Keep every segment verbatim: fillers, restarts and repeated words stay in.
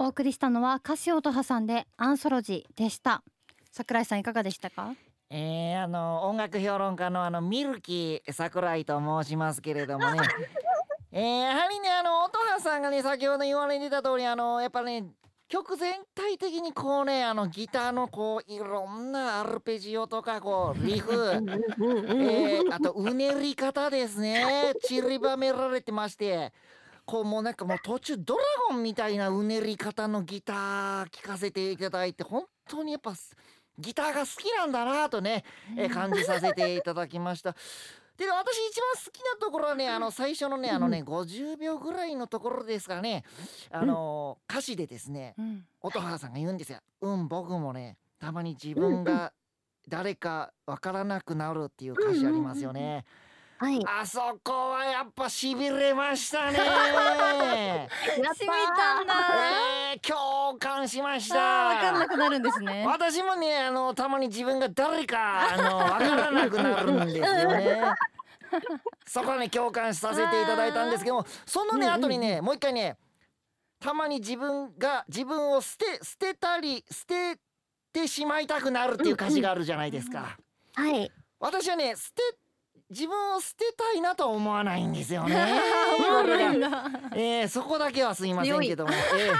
お送りしたのは歌詞音羽さんでアンソロジーでした。桜井さんいかがでしたか？ えー、あの音楽評論家のあのミルキー桜井と申しますけれどもねえー、やはりねあの音羽さんがね先ほど言われてた通りあのやっぱね曲全体的にこうねあのギターのこういろんなアルペジオとかこうリフ、えー、あとうねり方ですね散りばめられてまして、こうもうなんかもう途中ドラゴンみたいなうねり方のギター聴かせていただいて、本当にやっぱギターが好きなんだなとね、えー感じさせていただきました。で私一番好きなところはねあの最初のねあのねごじゅうびょうぐらいのところですかね、あの歌詞でですねうん音羽さんが言うんですよ。うん僕もねたまに自分が誰かわからなくなるっていう歌詞ありますよね。 はい。 あそこはやっぱしびれましたねやったしみたんだ。 えー、共感しましあーわかんなた。 くなるんですね。 私もねあのたまに自分が誰かあのわからなくなるんですよね。そこはね共感させていただいたんですけども、そのね後にねもう一回ねたまに自分が自分を捨て捨てたり捨ててしまいたくなるっていう歌詞があるじゃないですか。 はい。 私はね捨て自分を捨てたいなとは思わないんですよね。 思わないんこれがだ。 えー、そこだけはすいませんけども、え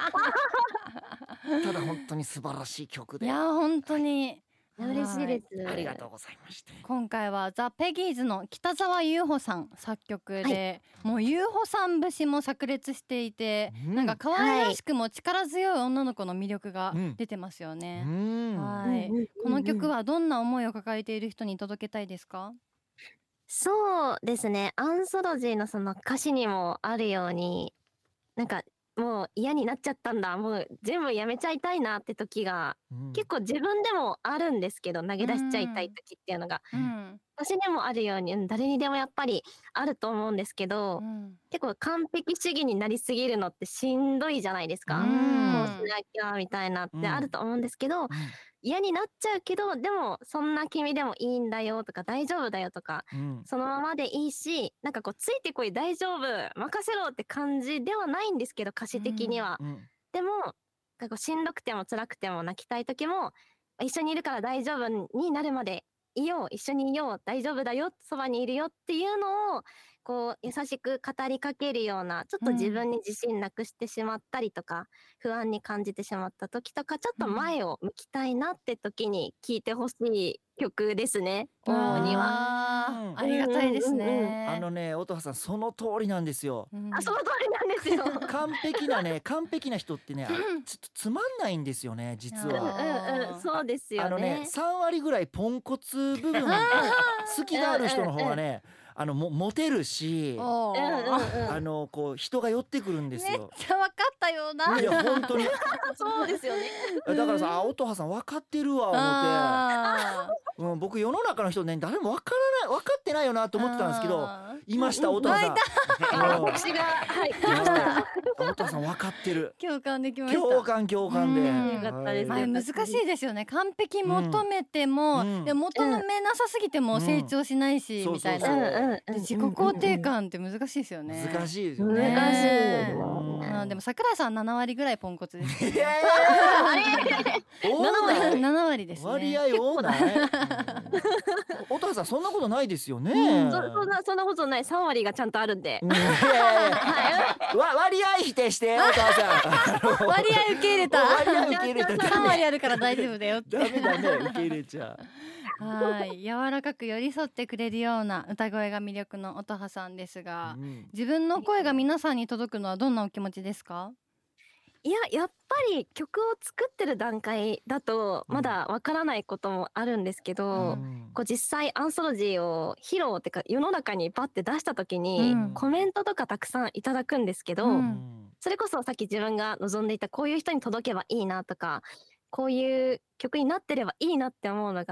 ーただ本当に素晴らしい曲でいや本当に嬉しいです。 ありがとうございました。 今回はザ・ペギーズの北沢優穂さん作曲で、もう優穂さん節も炸裂していて、 うんなんか可愛らしくも力強い女の子の魅力がうん出てますようね。 んはい、 うんうんうんうんこの曲はどんな思いを抱えている人に届けたいですか？ そうですね。アンソロジーのその歌詞にもあるように、なんかもう嫌になっちゃったんだ、もう全部やめちゃいたいなって時がうん結構自分でもあるんですけど、投げ出しちゃいたい時っていうのがうん私にもあるように、うん誰にでもやっぱりあると思うんですけうど、 ん結構完璧主義になりすぎるのってしんどいじゃないですか。 うんこうしなきゃみたいなってあると思うんですけど、 うん嫌になっちゃうけど、でもそんな君でもいいんだよとか大丈夫だよとか、 うんそのままでいいし、なんかこうついてこい大丈夫任せろって感じではないんですけど、歌詞的には。 うんでもなんかこうしんどくても辛くても泣きたい時も一緒にいるから大丈夫になるまでいよう、一緒にいよう、大丈夫だよ、そばにいるよっていうのをこう優しく語りかけるような、ちょっと自分に自信なくしてしまったりとか、不安に感じてしまった時とか、ちょっと前を向きたいなって時に聴いてほしい曲ですね、主には。 あーありがたいですね。 あのね音羽さんその通りなんですよ。 うんあ、その通りなんですよ。 完璧なね完璧な人ってねあちょっとつまんないんですよね実は。 うんうん、そうですよあのねね。 さんわりぐらいポンコツ部分好きがある人の方がねあのもモテるし、 おーうんうんうん。 あのこう人が寄ってくるんですめっよ。 ちゃ分かったような。 いや本当にそうですよね。 だからさあ音羽さん分かってるわ思あって、うん、僕世の中の人ね誰も分からない分かってないよなとー思ってたんですけどあーいました音羽さん。うん私が、はい、来ました。 あ音羽さん分かってる。 共感できました。 共感共感で。 うんよかったですはいあれ難しいですよね。完璧求めても、 うんで求めなさすぎても成長しないし、 うんみたいそうそうな。 そううんで自己肯定感って難しいですよね。 難しいですよ難しいね。 ねうんあーでも桜井さんななわりぐらいポンコツですよね。 いやいや多ないななわりですね。 割合多ない。うん音羽さんそんなことないですよね。 そそんなそんなことない、さんわりがちゃんとあるんで。 うんいやいやいやわ割合否定して音羽さん。 割合受け入れた。 割合受け入れたさんわりあるから大丈夫だよって。 ダメだね受け入れちゃう。 はい柔らかく寄り添ってくれるような歌声が魅力の音羽さんですが、 うん自分の声が皆さんに届くのはどんなお気持ちですか？ いや、やっぱり曲を作ってる段階だとまだわからないこともあるんですけど、 うんこう実際アンソロジーを披露ってか世の中にバッて出した時に、 うんコメントとかたくさんいただくんですけど、 うんうんそれこそさっき自分が望んでいたこういう人に届けばいいなとか、こういう曲になってればいいなって思うのが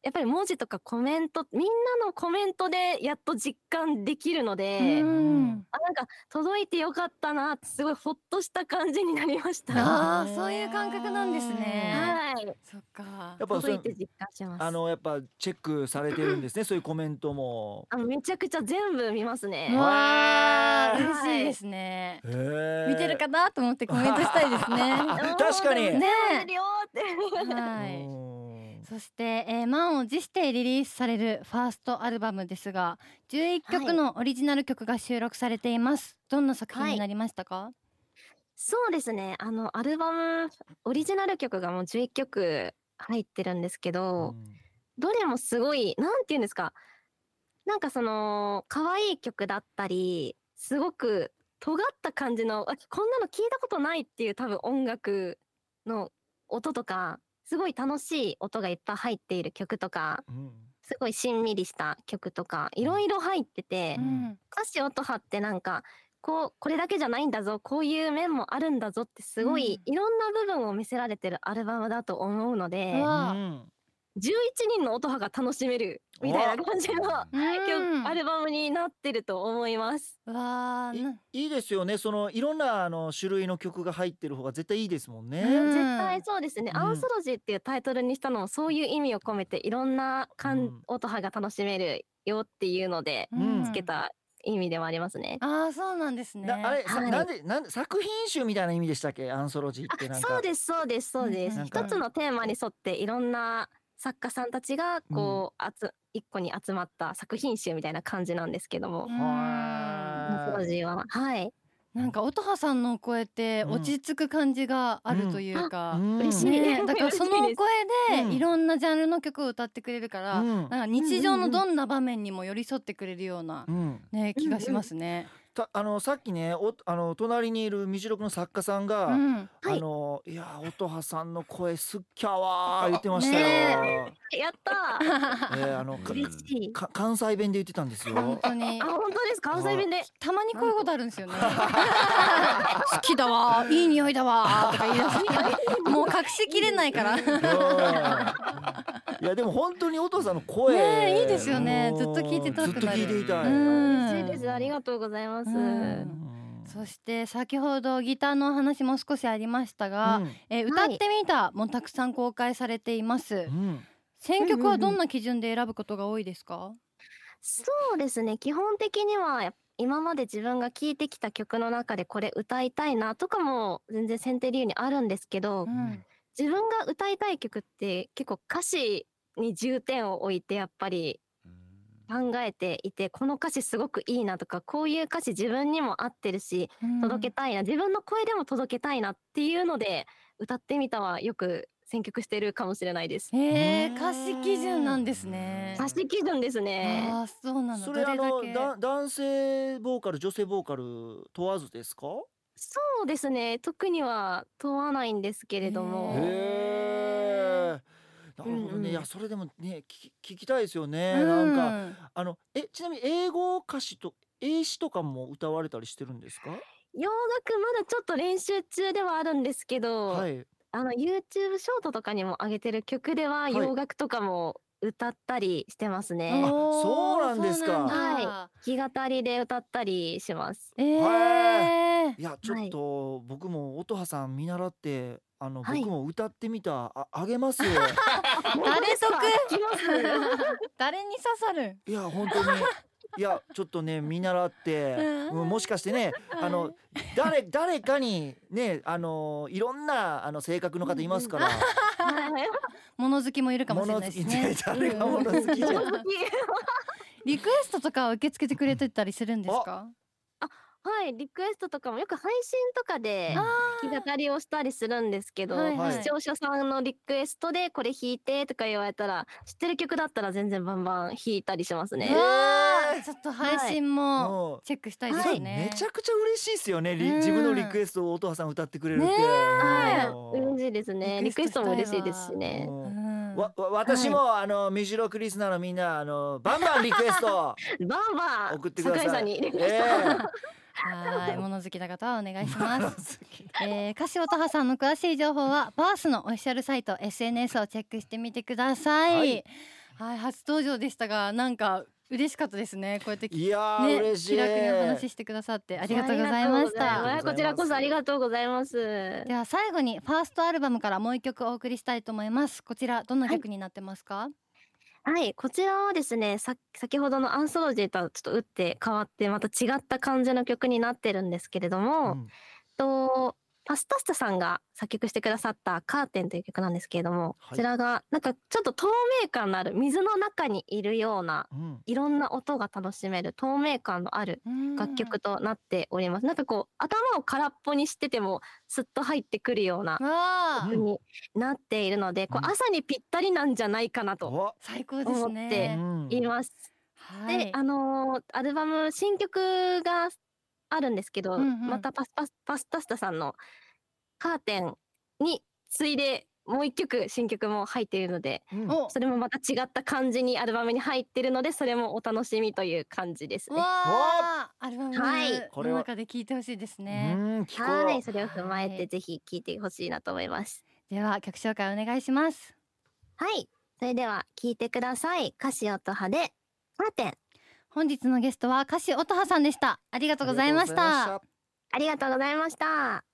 やっぱり文字とかコメントみんなのコメントでやっと実感できるので、 うんあなんか届いてよかったなってすごいほっとした感じになりました。 あーそういう感覚なんですね。 はい、 そっか。 やっぱそれ届いて実感します。 あのやっぱチェックされてるんですねそういうコメントも。 あのめちゃくちゃ全部見ますね。 わあへー嬉しいですね。 へー見てるかなと思ってコメントしたいですね。 確かにねね見てるよーって。 はい。 うんそして、えー、満を持してリリースされるファーストアルバムですがじゅういっきょくのオリジナル曲が収録されています。どんな作品になりましたか？ そうですね。あのアルバムオリジナル曲がもうじゅういっきょく入ってるんですけど、どれもすごいなんていうんですか、なんかその可愛い曲だったり、すごく尖った感じのあこんなの聞いたことないっていう多分音楽の音とか、すごい楽しい音がいっぱい入っている曲とか、 うんすごいしんみりした曲とかいろいろ入ってて、 うん歌詞音張ってなんかこうこれだけじゃないんだぞ、こういう面もあるんだぞってすごい、いろんな部分を見せられてるアルバムだと思うので、 うわうんじゅういちにんの音羽が楽しめるみたいな感じのうん曲アルバムになってると思います。 うわーないいいですよねそのいろんなあの種類の曲が入ってる方が絶対いいですもんね。 うん絶対そうですね、 うんアンソロジーっていうタイトルにしたのもそういう意味を込めていろんなかん、 うん音羽が楽しめるよっていうのでうんつけた意味でもありますね。 あーそうなんですね。 なあれ、さはいなんでなんで作品集みたいな意味でしたっけアンソロジーってなんか。 あそうですそうですそうです、 うん一つのテーマに沿っていろんな作家さんたちがこう、あつ一個に集まった作品集みたいな感じなんですけども、 うんアンソロジーははいなんか音羽さんの声ってうん落ち着く感じがあるというか、 うん嬉しい、 ね、だからその声嬉しいですうんでいろんなジャンルの曲を歌ってくれるから、 うんなんか日常のどんな場面にも寄り添ってくれるような、 うんね、気がしますね。 たあのさっきねおあの隣にいるみじろくの作家さんが、 うんはいあのいや音羽さんの声すっきゃわー言ってましたよ。 やったーえーあのか嬉しい。 か関西弁で言ってたんです本よ。 当にあ本当ですか、関西弁で。 たまにこういうことあるんですよね。好きだわいい匂いだわとか言い出すもう隠しきれないから。 いやでも本当に音羽さんの声、 ねえいいですよねもうずっと聞いてたくなるずっと聞いていたい。 うん嬉しいです、ありがとうございます。 うんうんそして先ほどギターの話も少しありましたが、 うんえー歌ってみたもたくさん公開されています。 うん選曲はどんな基準で選ぶことが多いですか？ そうですね、基本的にはや今まで自分が聴いてきた曲の中でこれ歌いたいなとかも全然選定理由にあるんですけど、 うん自分が歌いたい曲って結構歌詞に重点を置いてやっぱり考えていて、この歌詞すごくいいなとか、こういう歌詞自分にも合ってるし届けたいな、自分の声でも届けたいなっていうので歌ってみたはよく選曲してるかもしれないです。 へーうん歌詞基準なんですね。 歌詞基準ですね。 あーそうなの。 それあのどれだけだ男性ボーカル女性ボーカル問わずですか？ そうですね、特には問わないんですけれども、 へへえ。なるほどね、 うんうんいやそれでもね聞き聞きたいですよね、 うんなんかあのえちなみに英語歌詞と英詞とかも歌われたりしてるんですか？ 洋楽まだちょっと練習中ではあるんですけど、 はいあの YouTube ショートとかにも上げてる曲でははい洋楽とかも歌ったりしてますね。 あおーそうなんですかそうなんだは弾き語りで歌ったりします。 えーいやちょっと僕も音羽さん見習ってあの、 はい僕も歌ってみたああげますよ誰得聞きます誰に刺さる？ いや本当にいやちょっとね見習って、 うんうんもしかしてねあの誰誰かにねあのいろんなあの性格の方いますから、 はい物好きもいるかもしれないですね物好き誰が物好きじゃんリクエストとかは受け付けてくれてたりするんですか？ はいリクエストとかもよく配信とかであ弾き語りをしたりするんですけど、 はいはい視聴者さんのリクエストでこれ弾いてとか言われたら、知ってる曲だったら全然バンバン弾いたりしますーね。 うわーちょっと配信ももうチェックしたいでそれすね。 めちゃくちゃ嬉しいですよね、リうん自分のリクエストを音羽さん歌ってくれるって、 ねえはい、 うん嬉しいですね。 リリクエストもクエストしたいわ嬉しいですしね。 うんうんわわ私も、あのミジロクリスナーのみんなあのバンバンリクエストバンバン送ってください酒井さんにリクエスト、 えはい物好きな方はお願いしえます。えー、歌詞音羽さんの詳しい情報はバースのオフィシャルサイト エスエヌエス をチェックしてみてください。 はいはい、初登場でしたが、なんか嬉しかったですね。こうやっていやー、 ね、 嬉しい。 気楽にお話ししてくださってありがとうございましありがとうございた。 ます。こちらこそありがとうございます。 では最後にファーストアルバムからもう一曲お送りしたいと思います。こちらどんな曲になってますか？ はい、こちらはですね、さ先ほどのアンソロジーとはちょっと打って変わってまた違った感じの曲になってるんですけれども、 うんとパスタスタさんが作曲してくださったカーテンという曲なんですけれども、 はいこちらがなんかちょっと透明感のある水の中にいるようなうんいろんな音が楽しめる透明感のある楽曲となっております。なんかこう頭を空っぽにしててもスッと入ってくるようなわあ、 曲になっているので、こううん朝にぴったりなんじゃないかなとお最高です思ってね。 うんいます。で、 はい。 あのーアルバム新曲があるんですけど、 うんうんまたパスパスパスタスタさんのカーテンに次いでもう一曲新曲も入っているので、 うんお、 それもまた違った感じにアルバムに入ってるので、それもお楽しみという感じですね。 わあ、アルバムはいのこれは中で聴いてほしいですうね。 ん聞こう。 はい、それを踏まえはいてぜひ聴いてほしいなと思います。 では曲紹介お願いします。 はい、それでは聴いてください。歌詞音羽でカーテン。 本日のゲストは歌手音羽さんでした。ありがとうございましありがとうございまた。 ありがとうございました。